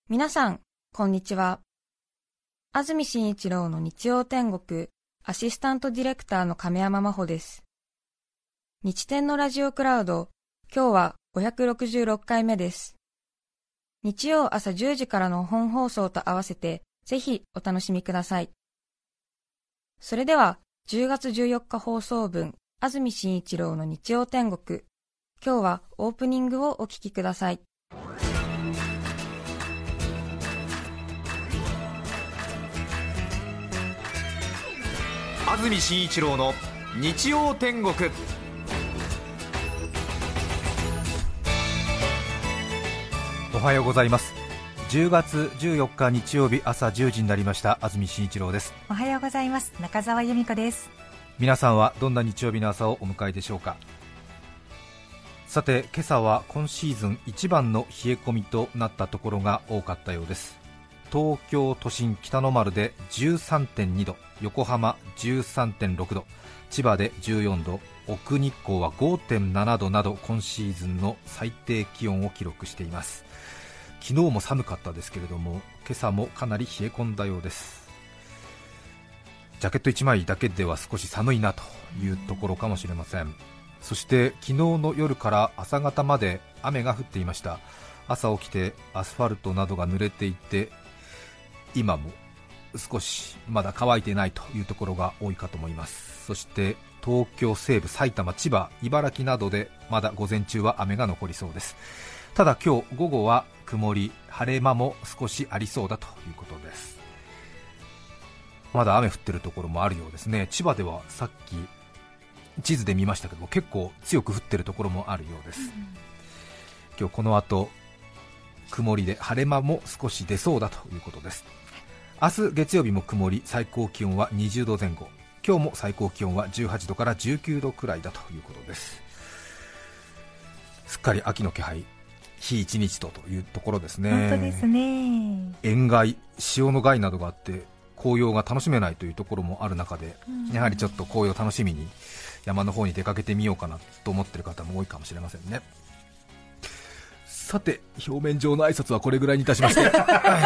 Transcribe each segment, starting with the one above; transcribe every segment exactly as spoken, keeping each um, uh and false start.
皆さん、こんにちは。安住紳一郎の日曜天国、アシスタントディレクターの亀山真帆です。日天のラジオクラウド、今日はごひゃくろくじゅうろっかいめです。日曜朝じゅうじからの本放送と合わせて、ぜひお楽しみください。それでは、じゅうがつじゅうよっか放送分、安住紳一郎の日曜天国、今日はオープニングをお聞きください。 安住紳一郎の日曜天国。おはようございます。じゅうがつじゅうよっか日曜日朝じゅうじになりました。安住紳一郎です。 おはようございます。中澤由美子です。 皆さんはどんな日曜日の朝をお迎えでしょうか。さて、今朝は今シーズン一番の冷え込みとなったところが多かったようです。東京都心北の丸で じゅうさんてんにど、横浜 じゅうさんてんろくど、千葉でじゅうよんど、奥日光は ごてんななどなど今シーズンの最低気温を記録しています。昨日も寒かったですけれども、今朝もかなり冷え込んだようです。ジャケットいちまいだけでは少し寒いなというところかもしれません。そして昨日の夜から朝方まで雨が降っていました。朝起きてアスファルトなどが濡れていて、今も少しまだ乾いていないというところが多いかと思います。そして東京西部、埼玉、千葉、茨城などでまだ午前中は雨が残りそうです。ただ今日午後は曇り、晴れ間も少しありそうだということです。まだ雨降ってるところもあるようですね。千葉ではさっき地図で見ましたけども、結構強く降ってるところもあるようです。うん、今日この後曇りで晴れ間も少し出そうだということです。明日月曜日も曇り、最高気温はにじゅうどぜん後、今日も最高気温はじゅうはちどからじゅうきゅうどくらいだということです。すっかり秋の気配、日一日とというところですね。 本当ですね。 塩害、潮の害などがあって紅葉が楽しめないというところもある中で、やはりちょっと紅葉楽しみに山の方に出かけてみようかなと思っている方も多いかもしれませんね。さて、表面上の挨拶はこれぐらいにいたしまして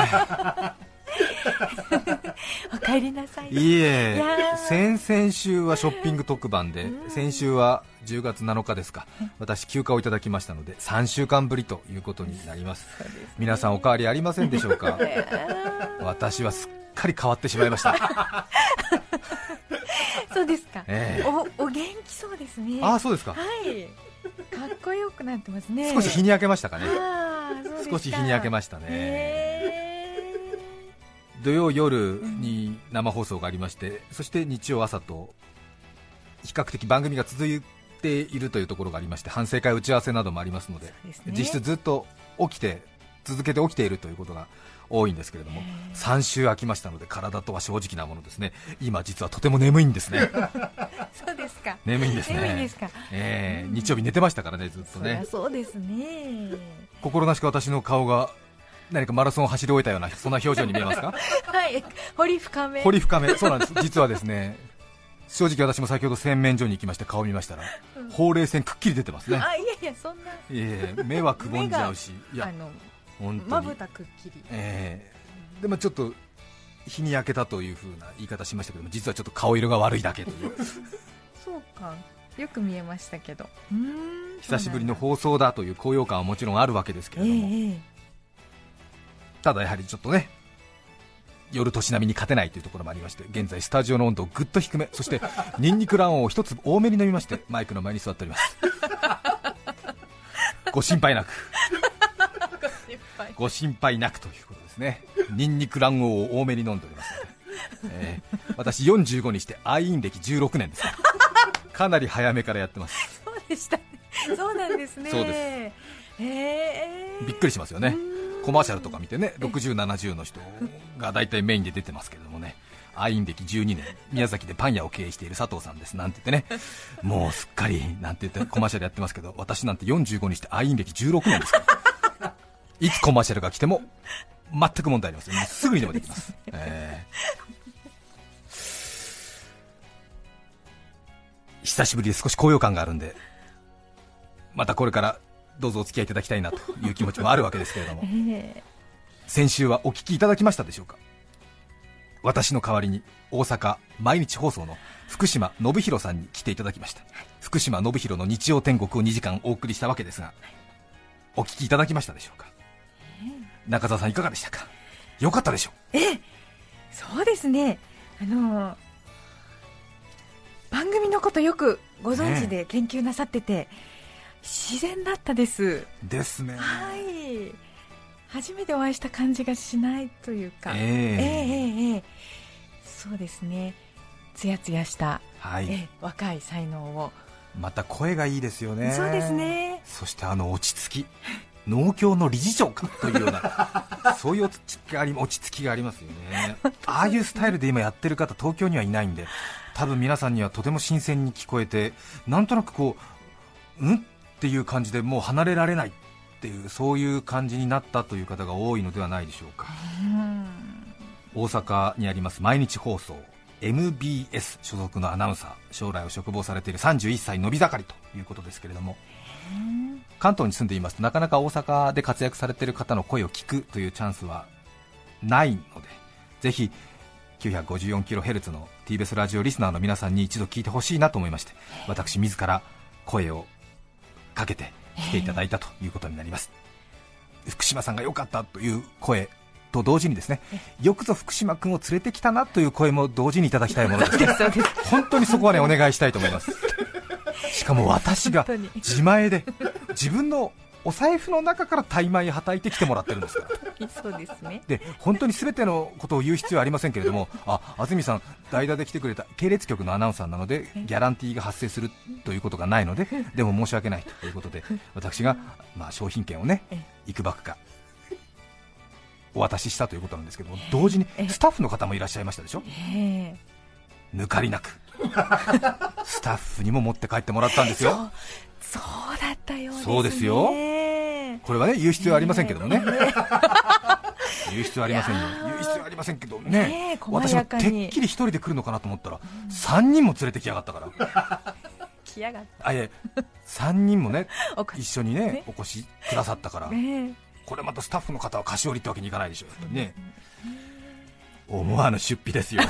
お帰りなさい。 いえ、先々週はショッピング特番で、先週はじゅうがつなのかですか、私休暇をいただきましたのでさんしゅうかんぶりということになります。皆さんお変わりありませんでしょうか。私はすっかり変わってしまいましたそうですか、 えー、 お, お元気そうですね。 ああ、そうですか。 はい、かっこよくなってますね。 少し日に焼けましたかね。 あ、そうですか。 少し日に焼けましたね。土曜夜に生放送がありまして、うん、そして日曜朝と比較的番組が続いているというところがありまして、反省会打ち合わせなどもありますので、 ね、 実質ずっと起きて続けて起きているということが多いんですけれども、さん週空きましたので体とは正直なものですね。今実はとても眠いんですねそうですか。 眠いんですね。 眠いですか、 えー、日曜日寝てましたからね、ずっとね。 そそうですね。 心なしか私の顔が何かマラソンを走り終えたような、そんな表情に見えますかはい、掘り深め。 掘り深め、そうなんです。実はですね、正直私も先ほど洗面所に行きまして顔を見ましたら、うん、ほうれい線くっきり出てますね。 あ、いやいや、そんな。 いえ、目はくぼんじゃうし、いや、 あの本当にまぶたくっきり、 えー、でもちょっと日に焼けたという風な言い方しましたけども、実はちょっと顔色が悪いだけというそうか、よく見えましたけど、うーん、 久しぶりの放送だという高揚感はもちろんあるわけですけれども、えー、ただやはりちょっとね、夜年並みに勝てないというところもありまして、現在スタジオの温度をぐっと低め、そしてニンニク卵黄を一つ多めに飲みましてマイクの前に座っておりますご心配なくご心配なくということですね。ニンニク卵黄を多めに飲んでおりますので、えー、私よんじゅうごにして愛飲歴じゅうろくねんですからかなり早めからやってます。 そうでしたね。そうなんですね。 そうです、 えー、 びっくりしますよね。コマーシャルとか見てね、ろくじゅう、ななじゅうの人が大体メインで出てますけれどもね、愛飲歴じゅうにねん、宮崎でパン屋を経営している佐藤さんですなんて言ってね、もうすっかりなんて言ってコマーシャルやってますけど、私なんてよんじゅうごにして愛飲歴じゅうろくねんですからいつコマーシャルが来ても全く問題ありません。もうすぐにでもできます、えー、久しぶりで少し高揚感があるんで、またこれからどうぞお付き合いいただきたいなという気持ちもあるわけですけれども、えー先週はお聞きいただきましたでしょうか。私の代わりに大阪毎日放送の福島信弘さんに来ていただきました。福島信弘の日曜天国をにじかんお送りしたわけですが、お聞きいただきましたでしょうか。中澤さんいかがでしたか。よかったでしょう。 えそうですね、あの番組のことよくご存知で研究なさってて、ね、自然だったですですね。 はい、初めてお会いした感じがしないというか、 えー、 えー、えー、えー、そうですね、つやつやした、 はい、 えー、若い才能を、 また声がいいですよね。 そうですね。 そしてあの落ち着き、農協の理事長かというようなそういう落ち着きがあり、落ち着きがありますよね。ああいうスタイルで今やってる方東京にはいないんで、多分皆さんにはとても新鮮に聞こえて、なんとなくこううんっていう感じでもう離れられないっていう、そういう感じになったという方が多いのではないでしょうか。 うん大阪にあります毎日放送 エムビーエス 所属のアナウンサー、将来を嘱望されているさんじゅういっさい伸び盛りということですけれども、関東に住んでいますとなかなか大阪で活躍されている方の声を聞くというチャンスはないので、ぜひ きゅうひゃくごじゅうよんキロヘルツ の ティービーエス ラジオリスナーの皆さんに一度聞いてほしいなと思いまして、私自ら声をかけて来ていただいたということになります。福島さんが良かったという声と同時にですね、よくぞ福島君を連れてきたなという声も同時にいただきたいものですね。本当にそこはねお願いしたいと思います。しかも私が自前で自分のお財布の中からタイ米はたいてきてもらってるんですから。 そうですね。 で本当に全てのことを言う必要はありませんけれども、あ、安住さん代打で来てくれた系列局のアナウンサーなのでギャランティーが発生するということがないので、でも申し訳ないということで私がまあ商品券をねいくばくかお渡ししたということなんですけども、同時にスタッフの方もいらっしゃいましたでしょ。抜かりなくスタッフにも持って帰ってもらったんですよ。 そう、そうだったようですね。 そうですよ。これはね言う必要はありませんけどもね、言う必要はありませんよ、言う必要はありませんけどね、私もてっきり一人で来るのかなと思ったら、うん、さんにんも連れてきやがったから来やがった。 あ、いやさんにんもね一緒にねお越しくださったから、ね、これまたスタッフの方は菓子折りってわけにいかないでしょうね。思わぬ出費ですよ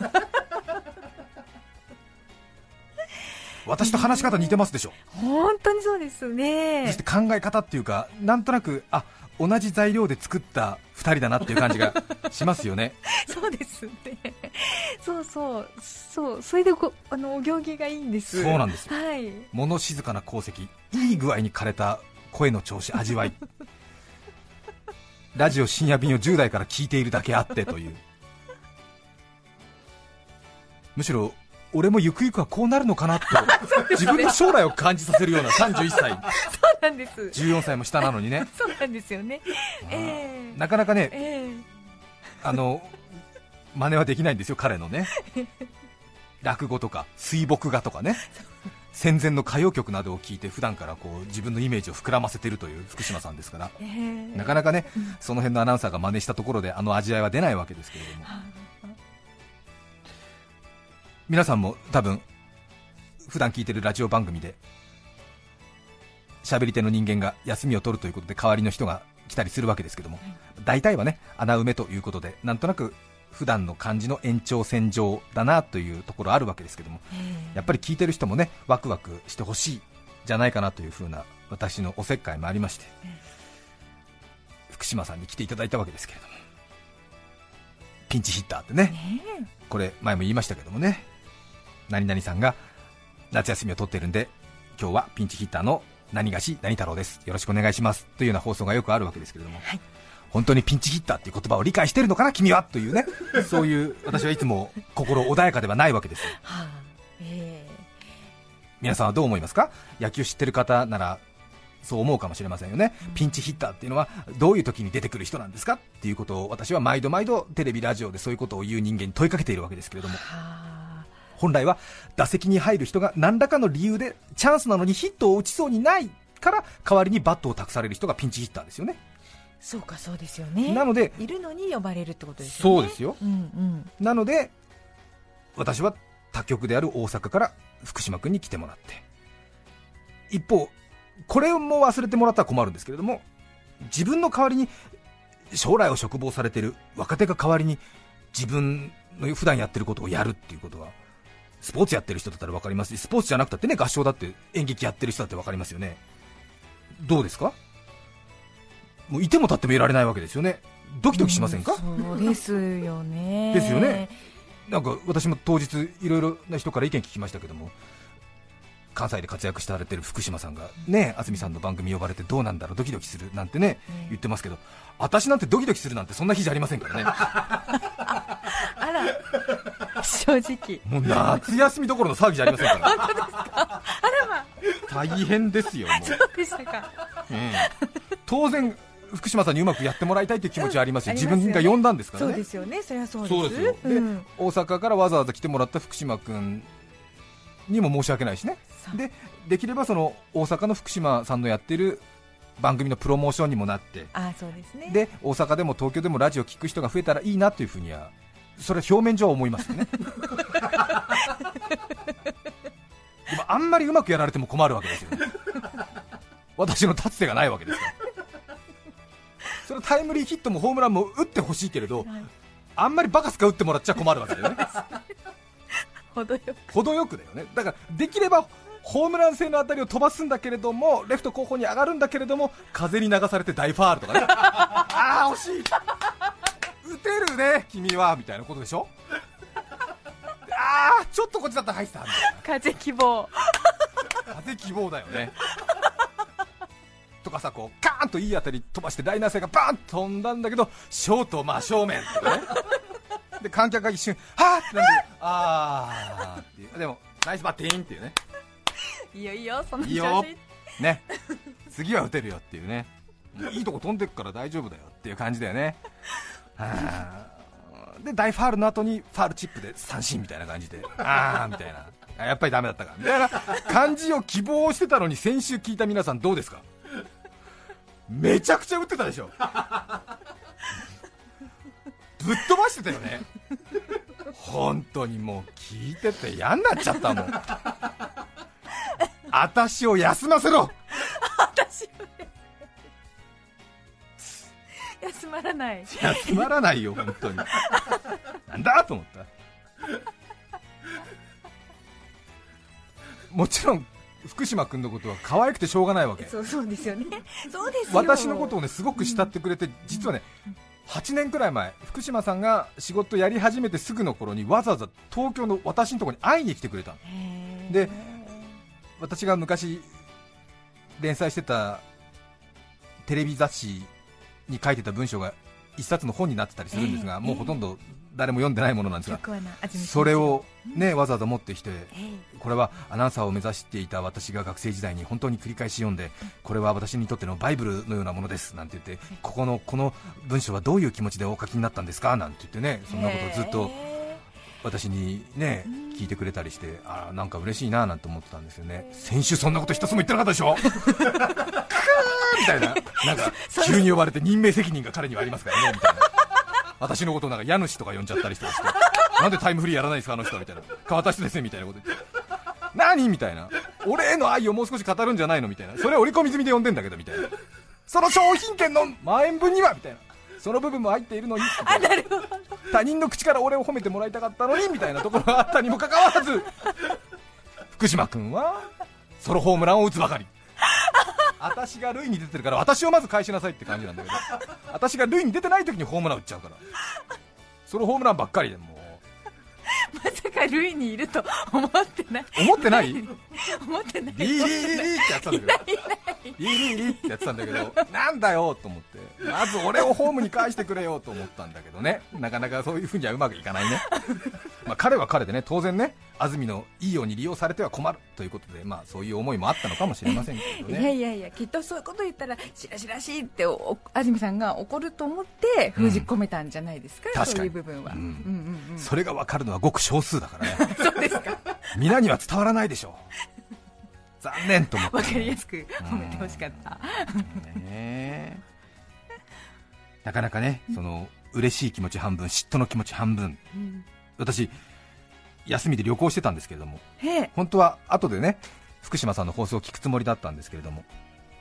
私と話し方似てますでしょ。 本当にそうですね。 そして考え方っていうか、なんとなくあ同じ材料で作ったふたりだなっていう感じがしますよね。 そうですね。そうそうそう、それでごあのお行儀がいいんです。 そうなんです、 はい、 物静かな功績、いい具合に枯れた声の調子、味わいラジオ深夜便をじゅう代から聞いているだけあってという、むしろ俺もゆくゆくはこうなるのかなと自分の将来を感じさせるようなさんじゅういっさい。 そうなんです。 じゅうよんさいも下なのにね。 そうなんですよね、えー、 なかなかね、 えー、 あの真似はできないんですよ彼のね落語とか水墨画とかね、戦前の歌謡曲などを聞いて普段からこう自分のイメージを膨らませているという福島さんですから、えー、なかなかね、うん、その辺のアナウンサーが真似したところであの味わいは出ないわけですけれども、皆さんも多分普段聞いてるラジオ番組で喋り手の人間が休みを取るということで代わりの人が来たりするわけですけども、大体はね穴埋めということでなんとなく普段の感じの延長線上だなというところあるわけですけども、やっぱり聞いてる人もねワクワクしてほしいじゃないかなというふうな私のおせっかいもありまして、福島さんに来ていただいたわけですけれども、ピンチヒッターってね、これ前も言いましたけどもね、何々さんが夏休みを取っているんで今日はピンチヒッターの何がし何太郎です、よろしくお願いしますというような放送がよくあるわけですけれども、はい、本当にピンチヒッターという言葉を理解しているのかな君はというねそういう私はいつも心穏やかではないわけですよ、はあえー、皆さんはどう思いますか。野球知ってる方ならそう思うかもしれませんよね、うん、ピンチヒッターっていうのはどういう時に出てくる人なんですかっていうことを私は毎度毎度テレビラジオでそういうことを言う人間に問いかけているわけですけれども、はあ、本来は打席に入る人が何らかの理由でチャンスなのにヒットを打ちそうにないから代わりにバットを託される人がピンチヒッターですよね。 そうかそうですよね。なのでいるのに呼ばれるってことですよね。 そうですよ、うんうん、なので私は他局である大阪から福島君に来てもらって、一方これも忘れてもらったら困るんですけれども、自分の代わりに将来を嘱望されている若手が代わりに自分の普段やってることをやるっていうことは、スポーツやってる人だったら分かりますし、スポーツじゃなくたってね、合唱だって演劇やってる人だって分かりますよね。どうですか？もういても立ってもいられないわけですよね。ドキドキしませんか？ うん、そうですよね。 ですよね。なんか私も当日いろいろな人から意見聞きましたけども、関西で活躍されてる福島さんがね、安住さんの番組呼ばれてどうなんだろう、ドキドキするなんてね、うん、言ってますけど、私なんてドキドキするなんてそんな日じゃありませんからね。 あら、正直もう夏休みどころの騒ぎじゃありませんから。 本当ですか？あらま、 大変ですよ。もうそうでしたか、 うん、当然福島さんにうまくやってもらいたいという気持ちはありますよ、うん、自分が呼んだんですからね。 そうですよね、それはそうです。 そうですよ、うん、で大阪からわざわざ来てもらった福島君にも申し訳ないしね。で、できればその大阪の福島さんのやってる番組のプロモーションにもなって、 あ、そうですね、 で大阪でも東京でもラジオ聞く人が増えたらいいなというふうには、それは表面上は思いますよね。でもあんまりうまくやられても困るわけですよ、ね、私の立つ手がないわけですから。それタイムリーヒットもホームランも打ってほしいけれど、はい、あんまりバカスカ打ってもらっちゃ困るわけだよね。 程よく程よくだよね。だからできればホームラン性の当たりを飛ばすんだけれども、レフト後方に上がるんだけれども、風に流されて大ファールとかね。あー惜しい、打てるね君はみたいなことでしょ。あーちょっとこっちだったら入ってたみたいな。 風希望風希望だよね。とかさ、こうカーンといい当たり飛ばしてライナー性がバーンと飛んだんだけど、ショート真正面とかね。で観客が一瞬はーってなんで、あーっていう、でもナイスバッティンっていうね。 いいよいいよ、その調子いいよね、次は打てるよっていうね、いいとこ飛んでくから大丈夫だよっていう感じだよね。はで大ファールの後にファールチップで三振みたいな感じで、あーみたいな、あやっぱりダメだったかみたいな感じを希望してたのに、先週聞いた皆さんどうですか？めちゃくちゃ打ってたでしょ。ぶっ飛ばしてたよね。本当にもう聞いてて嫌になっちゃったもん。私を休ませろ。 私を休まらない。 休まらないよ本当に。なんだと思った。もちろん福島君のことは可愛くてしょうがないわけ。 そうそうですよね。そうですよ。 私のことをねすごく慕ってくれて、実はねはちねんくらい前、福島さんが仕事やり始めてすぐの頃にわざわざ東京の私のところに会いに来てくれたので、私が昔連載してたテレビ雑誌に書いてた文章が一冊の本になってたりするんですが、もうほとんど誰も読んでないものなんですが、それをねわざわざ持ってきて、これはアナウンサーを目指していた私が学生時代に本当に繰り返し読んで、これは私にとってのバイブルのようなものですなんて言って、ここのこの文章はどういう気持ちでお書きになったんですかなんて言ってね、そんなことをずっと私にね聞いてくれたりして、あなんか嬉しいななんて思ってたんですよね。先週そんなこと一つも言ってなかったでしょ。クーみたいな、なんか急に呼ばれて任命責任が彼にはありますからねみたいな。私のことをなんか家主とか呼んじゃったりして、なんでタイムフリーやらないですかあの人みたいな、変わった人ですねみたいなこと言って、何みたいな、俺への愛をもう少し語るんじゃないのみたいな、それ折り込み済みで呼んでんだけどみたいな、その商品券の万円分にはみたいな、その部分も入っているのに、 あ、なるほど、 他人の口から俺を褒めてもらいたかったのにみたいなところがあったにもかかわらず、福島君はソロホームランを打つばかり。私が塁に出てるから私をまず返しなさいって感じなんだけど、私が塁に出てない時にホームラン打っちゃうから、ソロホームランばっかりで、もうまさか塁にいると思ってない。 思ってない思ってない。 リーリーリーリーってやってたんだけど、リーリーリーってやってたんだけど、なんだよと思って、まず俺をホームに返してくれよと思ったんだけどね、なかなかそういう風にはうまくいかないね。まあ彼は彼でね、当然ね、安住のいいように利用されては困るということで、まあそういう思いもあったのかもしれませんけどね。 いやいやいや、きっとそういうこと言ったらしらしらしいってお安住さんが怒ると思って封じ込めたんじゃないですか、うん、そういう部分は、うんうんうんうん、 それが分かるのはごく少数だからね。 そうですか。 皆には伝わらないでしょう。残念と思って、 分かりやすく褒めてほしかった、 ね、なかなかね、その嬉しい気持ち半分、嫉妬の気持ち半分、うん、私休みで旅行してたんですけれども、本当は後でね福島さんの放送を聞くつもりだったんですけれども、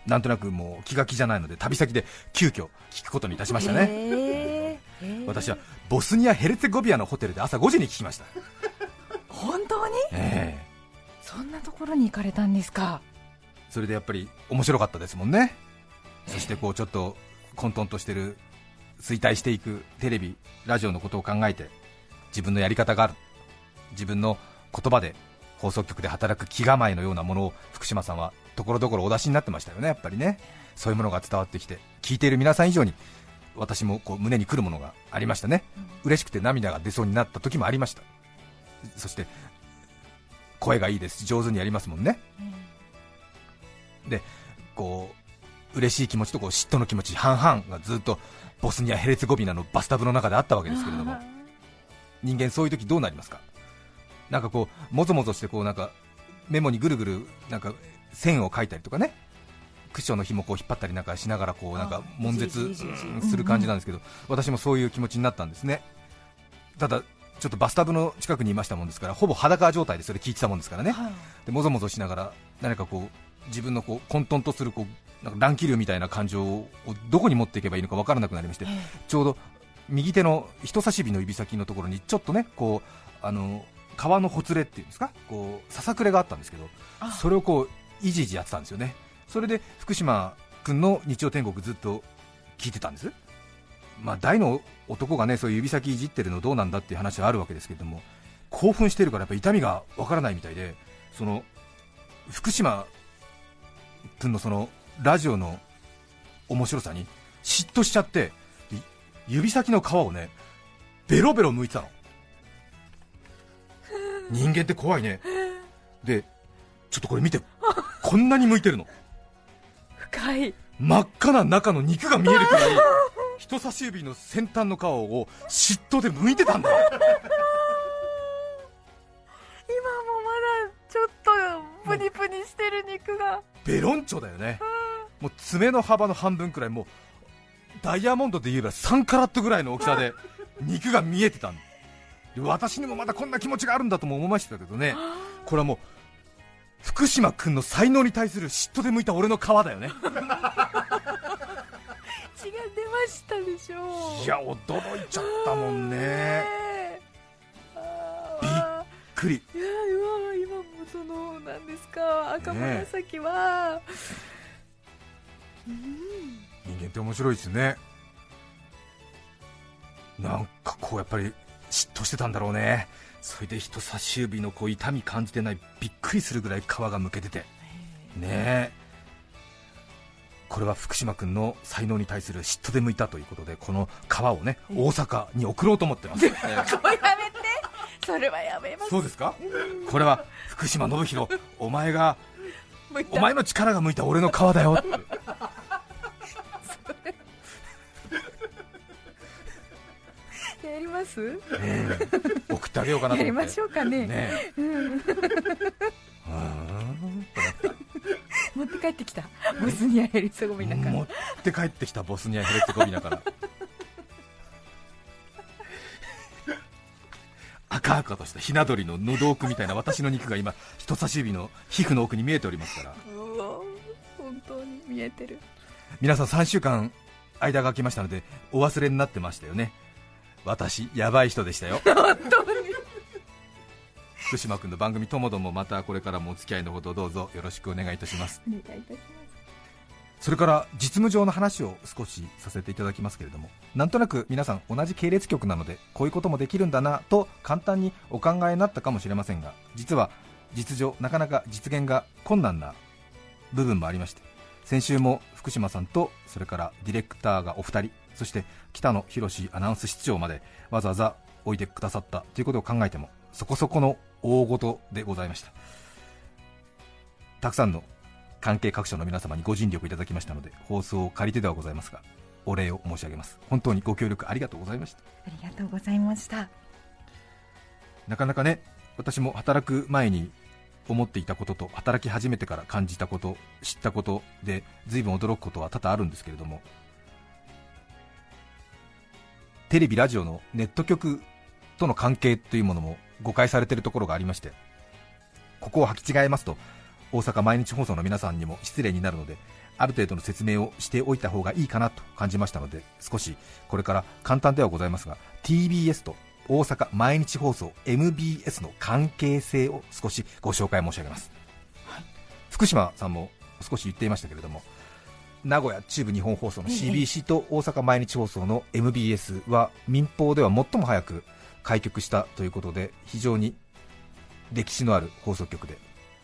なんとなくもう気が気じゃないので旅先で急遽聞くことにいたしましたね。 えーえー、 私はボスニア・ヘルツェゴビアのホテルで朝ごじに聞きました。 本当に、 えー、そんなところに行かれたんですか。 それでやっぱり面白かったですもんね。そしてこうちょっと混沌としてる衰退していくテレビラジオのことを考えて、自分のやり方がある、自分の言葉で放送局で働く気構えのようなものを福島さんはところどころお出しになってましたよね。やっぱりね、そういうものが伝わってきて、聞いている皆さん以上に私もこう胸に来るものがありましたね。嬉しくて涙が出そうになった時もありました。そして声がいいです、上手にやりますもんね。でこう嬉しい気持ちとこう嫉妬の気持ち半々がずっとボスニア・ヘルツェゴビナのバスタブの中であったわけですけれども、人間そういう時どうなりますか。なんかこうもぞもぞしてこうなんかメモにぐるぐるなんか線を書いたりとかね、クッションの紐をこう引っ張ったりなんかしながらこうなんか悶絶する感じなんですけど、私もそういう気持ちになったんですね。ただちょっとバスタブの近くにいましたもんですから、ほぼ裸状態でそれ聞いてたもんですからね、でもぞもぞしながら何かこう自分のこう混沌とするこうなんか乱気流みたいな感情をどこに持っていけばいいのか分からなくなりまして、ちょうど右手の人差し指の指先のところにちょっとねこうあの川のほつれっていうんですか、こうささくれがあったんですけど、それをこういじいじやってたんですよね。それで福島君の日曜天国ずっと聞いてたんです。まあ大の男がねそういう指先いじってるのどうなんだっていう話はあるわけですけれども、興奮してるからやっぱ痛みがわからないみたいで、その福島君のそのラジオの面白さに嫉妬しちゃって、指先の皮をねベロベロ剥いてたの。人間って怖いね。でちょっとこれ見て、こんなに剥いてるの。 深い真っ赤な中の肉が見えるくらい人差し指の先端の皮を嫉妬で剥いてたんだ。 今もまだちょっとプニプニしてる肉がベロンチョだよね。もう爪の幅の半分くらい、もうダイヤモンドで言えばさんカラットぐらいの大きさで肉が見えてたんだ。私にもまだこんな気持ちがあるんだとも思いましたけどね。これはもう福島君の才能に対する嫉妬で剥いた俺の皮だよね。 血が出ましたでしょう。 いや驚いちゃったもんね。びっくり。 いや今もその何ですか赤紫は、ねうん、人間って面白いですね。なんかこうやっぱり嫉妬してたんだろうね。それで人差し指のこう痛み感じてない、びっくりするぐらい皮がむけててねえ。これは福島君の才能に対する嫉妬で剥いたということで、この皮をね大阪に送ろうと思ってます。 やめて、それはやめます。 そうですか。これは福島信弘、お前がお前の力が向いた俺の皮だよってやります、 うん、送ってあげようかなと思って。 やりましょうかね。ねうん、持って帰ってきたボスニア・ヘルツェゴビナから持って帰ってきたボスニア・ヘルツェゴビナから赤々としたひな鳥の喉奥みたいな私の肉が今人差し指の皮膚の奥に見えておりますから。 うわ本当に見えてる。 皆さんさんしゅうかん間が空きましたのでお忘れになってましたよね。私やばい人でしたよ。 本当に福島君の番組ともどもまたこれからもお付き合いのほどどうぞよろしくお願いいたします。 お願いいたします。 それから実務上の話を少しさせていただきますけれども、なんとなく皆さん同じ系列局なのでこういうこともできるんだなと簡単にお考えになったかもしれませんが、実は実情なかなか実現が困難な部分もありまして、先週も福島さんとそれからディレクターがお二人、そして北野博アナウンス室長までわざわざおいてくださったということを考えてもそこそこの大事でございました。たくさんの関係各所の皆様にご尽力いただきましたので、放送を借りてではございますがお礼を申し上げます。本当にご協力ありがとうございました。 ありがとうございました。 なかなかね、私も働く前に思っていたことと働き始めてから感じたこと、知ったことで随分驚くことは多々あるんですけれども、テレビラジオのネット局との関係というものも誤解されているところがありまして、ここを履き違えますと大阪毎日放送の皆さんにも失礼になるので、ある程度の説明をしておいた方がいいかなと感じましたので、少しこれから簡単ではございますが ティービーエス と大阪毎日放送 エムビーエス の関係性を少しご紹介申し上げます、はい、福島さんも少し言っていましたけれども、名古屋中部日本放送の シービーシー と大阪毎日放送の エムビーエス は民放では最も早く開局したということで、非常に歴史のある放送局で、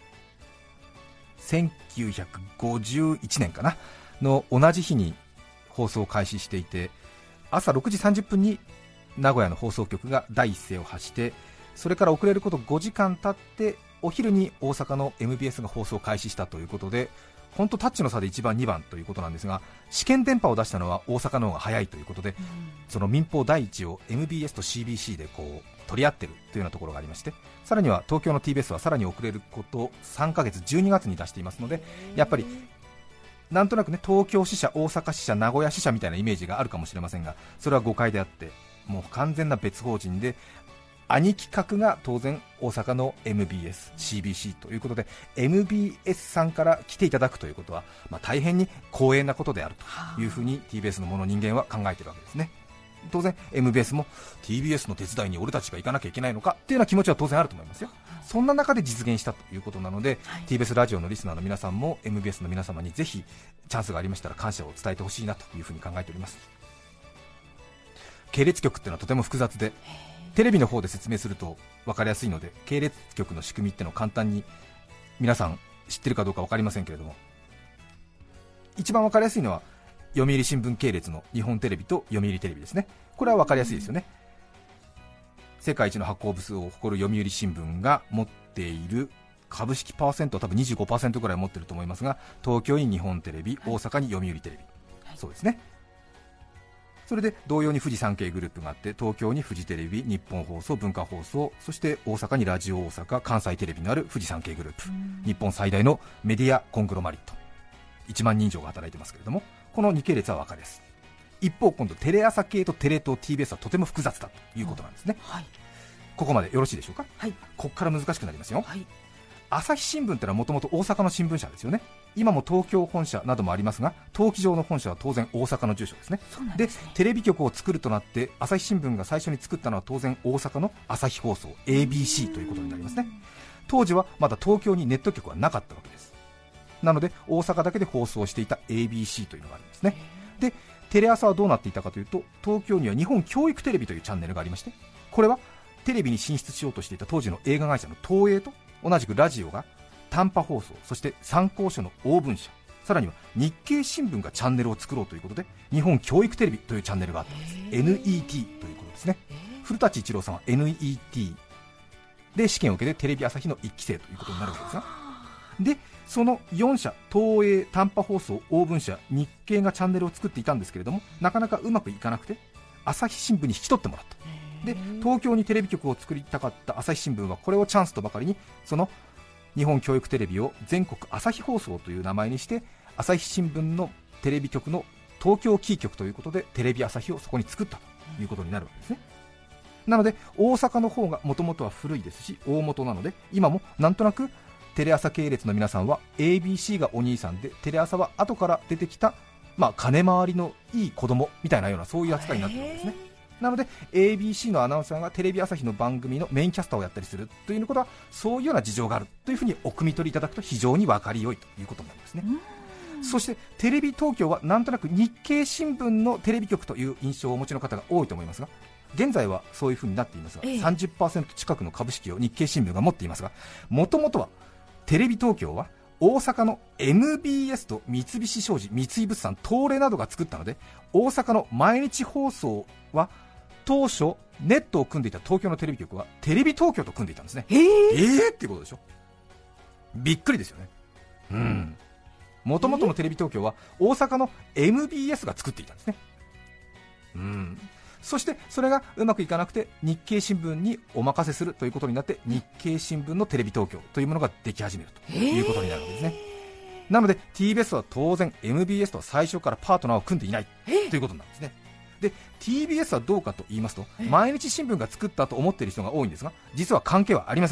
せんきゅうひゃくごじゅういちねんかなの同じ日に放送を開始していて、朝ろくじさんじゅっぷんに名古屋の放送局が第一声を発して、それから遅れることごじかん経ってお昼に大阪の エムビーエス が放送を開始したということで、本当タッチの差でいちばんにばんということなんですが、試験電波を出したのは大阪の方が早いということで、うん、その民放第一を エムビーエス と シービーシー でこう取り合っているというようなところがありまして、さらには東京の ティービーエス はさらに遅れることさんかげつじゅうにがつに出していますので、やっぱりなんとなくね、東京支社、大阪支社、名古屋支社みたいなイメージがあるかもしれませんが、それは誤解であって、もう完全な別法人で、兄貴格が当然大阪の エムビーエス、シービーシー ということで、 エムビーエス さんから来ていただくということは、まあ、大変に光栄なことであるというふうに ティービーエス のもの人間は考えているわけですね。当然 エムビーエス も ティービーエス の手伝いに俺たちが行かなきゃいけないのかっていうような気持ちは当然あると思いますよ。そんな中で実現したということなので、はい、ティービーエス ラジオのリスナーの皆さんも エムビーエス の皆様にぜひチャンスがありましたら感謝を伝えてほしいなというふうに考えております。系列局っていうのはとても複雑で、テレビの方で説明すると分かりやすいので、系列局の仕組みっていうのを簡単に皆さん知ってるかどうか分かりませんけれども、一番分かりやすいのは読売新聞系列の日本テレビと読売テレビですね。これは分かりやすいですよね。世界一の発行部数を誇る読売新聞が持っている株式パーセントは多分 にじゅうごパーセント ぐらい持っていると思いますが、東京に日本テレビ、大阪に読売テレビ、はい、そうですね。それで同様に富士山系グループがあって、東京にフジテレビ、日本放送、文化放送、そして大阪にラジオ大阪、関西テレビのある富士山系グループ、日本最大のメディアコングロマリット、いちまんにん以上が働いてますけれども、このに系列は分かりやすい。一方今度テレ朝系とテレ東 ティービーエス はとても複雑だということなんですね、はい、ここまでよろしいでしょうか、はい、ここから難しくなりますよ、はい、朝日新聞というのはもともと大阪の新聞社ですよね。今も東京本社などもありますが、登記上の本社は当然大阪の住所ですね。そうなんですね。でテレビ局を作るとなって朝日新聞が最初に作ったのは当然大阪の朝日放送 エービーシー ということになりますね。当時はまだ東京にネット局はなかったわけです。なので大阪だけで放送していた エービーシー というのがあるんですね。でテレ朝はどうなっていたかというと、東京には日本教育テレビというチャンネルがありまして、これはテレビに進出しようとしていた当時の映画会社の東映と同じくラジオが短波放送、そして参考書のオーブン社、さらには日経新聞がチャンネルを作ろうということで日本教育テレビというチャンネルがあったんです。 エヌイーティー ということですね。古舘一郎さんは エヌイーティー で試験を受けてテレビ朝日の一期生ということになるわけですが、でそのよん社、東映、短波放送、オーブン社、日経がチャンネルを作っていたんですけれども、なかなかうまくいかなくて朝日新聞に引き取ってもらった。で東京にテレビ局を作りたかった朝日新聞はこれをチャンスとばかりに、その日本教育テレビを全国朝日放送という名前にして、朝日新聞のテレビ局の東京キー局ということでテレビ朝日をそこに作ったということになるわけですね。なので大阪の方がもともとは古いですし大元なので、今もなんとなくテレ朝系列の皆さんは エービーシー がお兄さんで、テレ朝は後から出てきた、まあ、金回りのいい子供みたいなようなそういう扱いになっているんですね。なので エービーシー のアナウンサーがテレビ朝日の番組のメインキャスターをやったりするということは、そういうような事情があるというふうにお汲み取りいただくと非常に分かりよいということになりますね。そしてテレビ東京はなんとなく日経新聞のテレビ局という印象をお持ちの方が多いと思いますが、現在はそういうふうになっていますが、ええ、さんじゅっパーセント 近くの株式を日経新聞が持っていますが、もともとはテレビ東京は大阪の エムビーエス と三菱商事、三井物産、東レなどが作ったので、大阪の毎日放送は当初ネットを組んでいた東京のテレビ局はテレビ東京と組んでいたんですね。えー、えー、っていうことでしょ。びっくりですよね。うん。元々のテレビ東京は大阪の エムビーエス が作っていたんですね。うん。そしてそれがうまくいかなくて日経新聞にお任せするということになって、日経新聞のテレビ東京というものができ始めるということになるわけですね。なので ティービーエス は当然 エムビーエス とは最初からパートナーを組んでいないということなんですね。で ティービーエス はどうかと言いますと、毎日新聞が作ったと思っている人が多いんですが、実は関係はありません。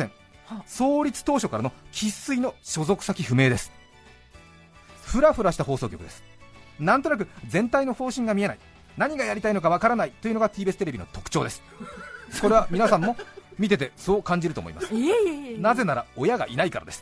創立当初からの生粋の所属先不明です。フラフラした放送局です。なんとなく全体の方針が見えない、何がやりたいのかわからないというのが ティービーエス テレビの特徴です。これは皆さんも見ててそう感じると思います。なぜなら親がいないからです。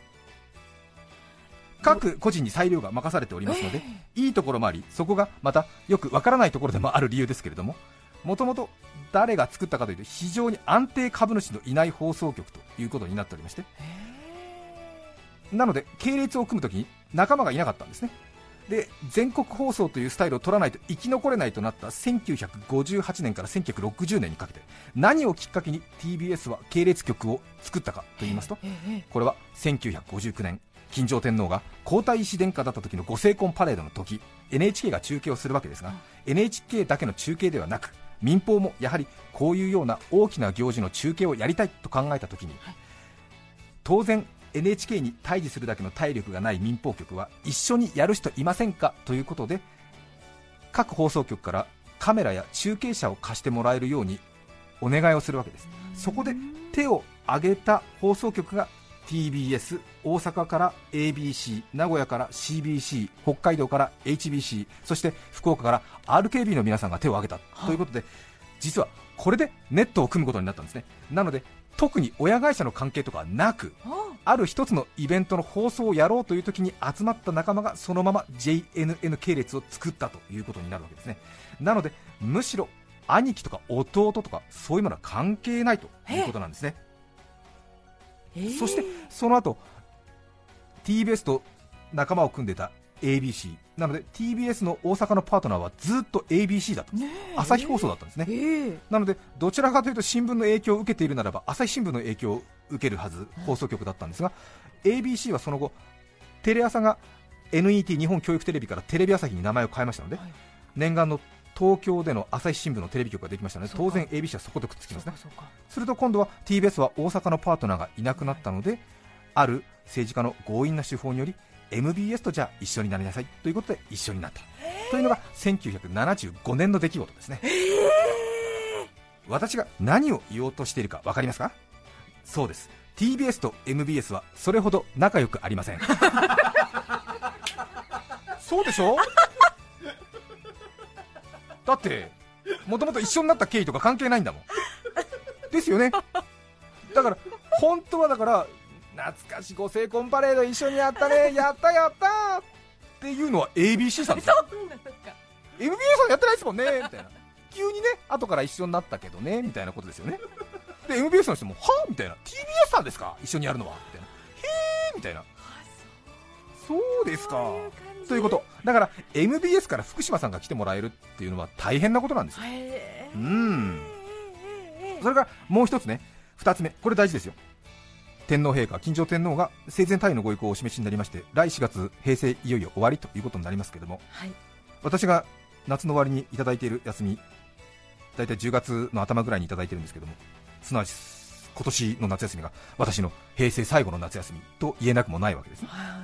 各個人に裁量が任されておりますので、いいところもあり、そこがまたよくわからないところでもある理由ですけれども、もともと誰が作ったかというと非常に安定株主のいない放送局ということになっておりまして、なので系列を組むときに仲間がいなかったんですね。で、全国放送というスタイルを取らないと生き残れないとなったせんきゅうひゃくごじゅうはちねんからせんきゅうひゃくろくじゅうねんにかけて、何をきっかけに ティービーエス は系列局を作ったかといいますと、これはせんきゅうひゃくごじゅうきゅうねん、金城天皇が皇太子殿下だった時のご成婚パレードの時、 エヌエイチケー が中継をするわけですが、 エヌエイチケー だけの中継ではなく、民放もやはりこういうような大きな行事の中継をやりたいと考えた時に、当然 エヌエイチケー に対峙するだけの体力がない民放局は一緒にやる人いませんかということで、各放送局からカメラや中継車を貸してもらえるようにお願いをするわけです。そこで手を挙げた放送局が ティービーエス、 大阪から エービーシー、 名古屋から シービーシー、 北海道から エイチビーシー、 そして福岡から アールケービー の皆さんが手を挙げたということで、実はこれでネットを組むことになったんですね。なので特に親会社の関係とかはなく、ある一つのイベントの放送をやろうという時に集まった仲間がそのまま ジェイエヌエヌ 系列を作ったということになるわけですね。なのでむしろ兄貴とか弟とかそういうものは関係ないということなんですね。そしてその後 ティービーエス と仲間を組んでた エービーシー なので ティービーエス の大阪のパートナーはずっと エービーシー だったんです、朝日放送だったんですね、えー、なのでどちらかというと新聞の影響を受けているならば朝日新聞の影響を受けるはず放送局だったんですが、 エービーシー はその後テレ朝が エヌイーティー 日本教育テレビからテレビ朝日に名前を変えましたので、はい、念願の東京での朝日新聞のテレビ局ができましたので、当然 エービーシー はそことくっつきますね。すると今度は ティービーエス は大阪のパートナーがいなくなったので、ある政治家の強引な手法により エムビーエス とじゃあ一緒になりなさいということで一緒になったというのがせんきゅうひゃくななじゅうごねんの出来事ですね。私が何を言おうとしているか分かりますか？そうです、 ティービーエス と エムビーエス はそれほど仲良くありません。そうでしょ？だってもともと一緒になった経緯とか関係ないんだもんですよね。だから本当はだから懐かしいご成婚パレード一緒にやったねやったやったっていうのは エービーシー さんですよ。エムビーエス さんやってないですもんねみたいな、急にね後から一緒になったけどねみたいなことですよね。で エムビーエス の人もはみたいな、 ティービーエス さんですか一緒にやるのはみたいな、へーみたいな、そうですかということだから エムビーエス から福島さんが来てもらえるっていうのは大変なことなんですよ。うん。それからもう一つね、二つ目、これ大事ですよ。天皇陛下、金城天皇が生前退位のご意向をお示しになりまして、来しがつ平成いよいよ終わりということになりますけれども、はい、私が夏の終わりにいただいている休み、だいたいじゅうがつの頭ぐらいにいただいているんですけども、すなわち今年の夏休みが私の平成最後の夏休みと言えなくもないわけですね、はい、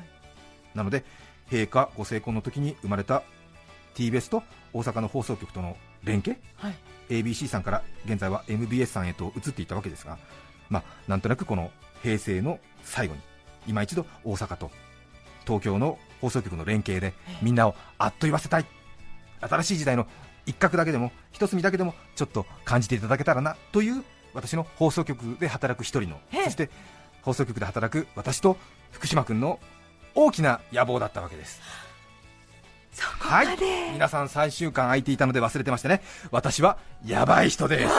なので陛下ご成婚の時に生まれた ティービーエス と大阪の放送局との連携、はい、エービーシー さんから現在は エムビーエス さんへと移っていったわけですが、まあ、なんとなくこの平成の最後に今一度大阪と東京の放送局の連携でみんなをあっと言わせたい、新しい時代の一角だけでも一隅だけでもちょっと感じていただけたらなという私の放送局で働く一人の、そして放送局で働く私と福島君の大きな野望だったわけです。 そこまで、 はい、皆さんさんしゅうかん空いていたので忘れてましてね、私はやばい人です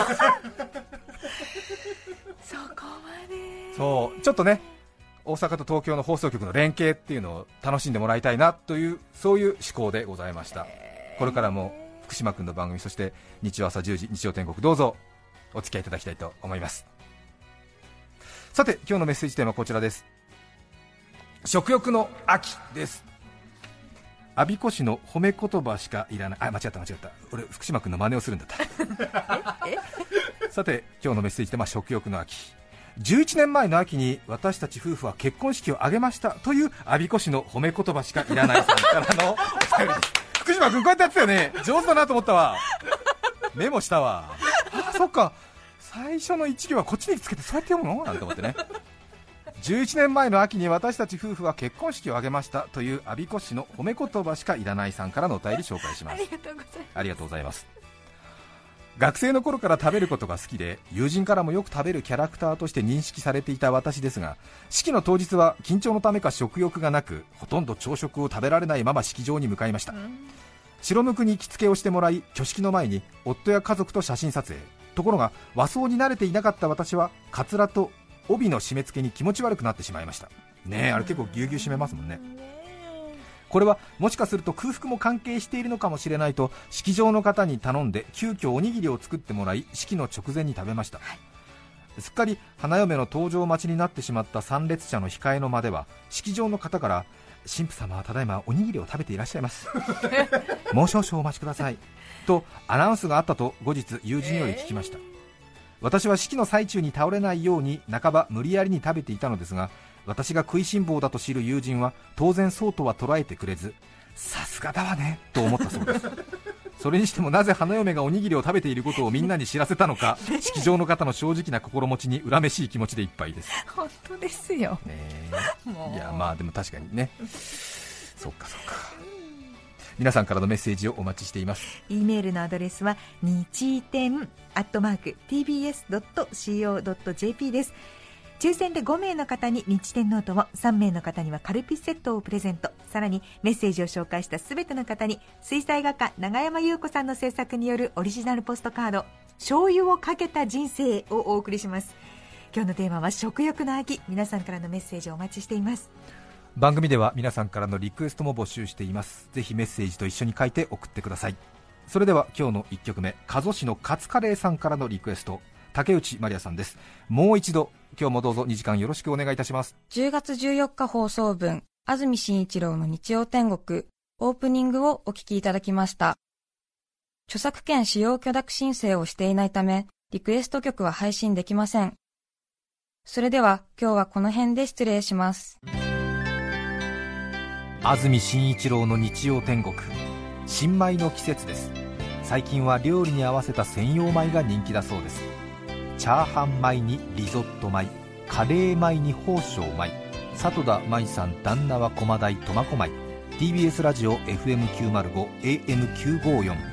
そこまで、 そうちょっとね大阪と東京の放送局の連携っていうのを楽しんでもらいたいなという、そういう思考でございました。これからも福島君の番組、そして日曜朝じゅうじ日曜天国、どうぞお付き合いいただきたいと思います。さて今日のメッセージテーマはこちらです。食欲の秋です。我孫子市の褒め言葉しかいらない、あ間違った間違った、俺福島君の真似をするんだったさて今日のメッセージテーマは食欲の秋。じゅういちねんまえの秋に私たち夫婦は結婚式を挙げましたという我孫子市の褒め言葉しかいらないさんからのお便りです。福島君こうやってやってたよね、上手だなと思ったわ、メモしたわ、あそっか最初の一行はこっちにつけてそうやって読むのなんて思ってね。 じゅういちねんまえの秋に私たち夫婦は結婚式を挙げましたという我孫子市の褒め言葉しかいらないさんからのお便り紹介します。 ありがとうございます。 ありがとうございます。学生の頃から食べることが好きで、友人からもよく食べるキャラクターとして認識されていた私ですが、式の当日は緊張のためか食欲がなく、ほとんど朝食を食べられないまま式場に向かいました。白むくに着付けをしてもらい、挙式の前に夫や家族と写真撮影。ところが和装に慣れていなかった私はカツラと帯の締め付けに気持ち悪くなってしまいましたね。えあれ結構ぎゅうぎゅう締めますもんね。これはもしかすると空腹も関係しているのかもしれないと式場の方に頼んで急遽おにぎりを作ってもらい、式の直前に食べました、はい、すっかり花嫁の登場待ちになってしまった参列者の控えの間では、式場の方から神父様はただいまおにぎりを食べていらっしゃいますもう少々お待ちくださいとアナウンスがあったと後日友人より聞きました、えー、私は式の最中に倒れないように半ば無理やりに食べていたのですが、私が食いしん坊だと知る友人は当然そうとは捉えてくれず、さすがだわねと思ったそうですそれにしてもなぜ花嫁がおにぎりを食べていることをみんなに知らせたのか式場の方の正直な心持ちに恨めしい気持ちでいっぱいです。 本当ですよ、 ね、いやまあでも確かにねそっかそっか。皆さんからのメッセージをお待ちしています。 E メールのアドレスは日天アットマーク ティービーエスドットシーオードットジェーピー です。抽選でごめいの方に日天ノートを、さんめいの方にはカルピスセットをプレゼント。さらにメッセージを紹介したすべての方に水彩画家永山優子さんの制作によるオリジナルポストカード醤油をかけた人生をお送りします。今日のテーマは食欲の秋。皆さんからのメッセージをお待ちしています。 番組では皆さんからのリクエストも募集しています。ぜひメッセージと一緒に書いて送ってください。それでは今日のいっきょくめ、加須市のカツカレーさんからのリクエスト、竹内まりやさんです。もう一度今日もどうぞにじかんよろしくお願いいたします。 じゅうがつじゅうよっか放送分、安住紳一郎の日曜天国オープニングをお聞きいただきました。著作権使用許諾申請をしていないためリクエスト曲は配信できません。それでは今日はこの辺で失礼します。 安住紳一郎の日曜天国、新米の季節です。最近は料理に合わせた専用米が人気だそうです。チャーハン米にリゾット米、カレー米に宝生米、里田舞さん旦那は駒大苫小米。 ティービーエス ラジオ エフエムきゅうまるご エーエムきゅうごよん。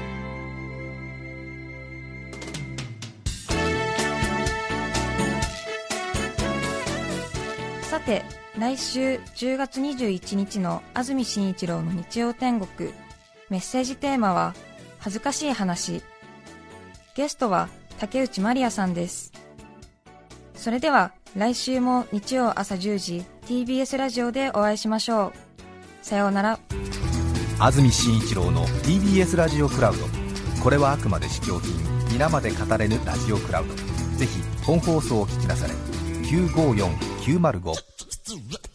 さて来週じゅうがつにじゅういちにちの安住紳一郎の日曜天国、メッセージテーマは恥ずかしい話。ゲストは竹内まりやさんです。それでは来週も日曜朝じゅうじ ティービーエス ラジオでお会いしましょう。さようなら。 安住紳一郎の ティービーエス ラジオクラウド。これはあくまで試供品、皆まで語れぬラジオクラウド。ぜひ本放送を聞きなされ。きゅうごよん きゅうまるご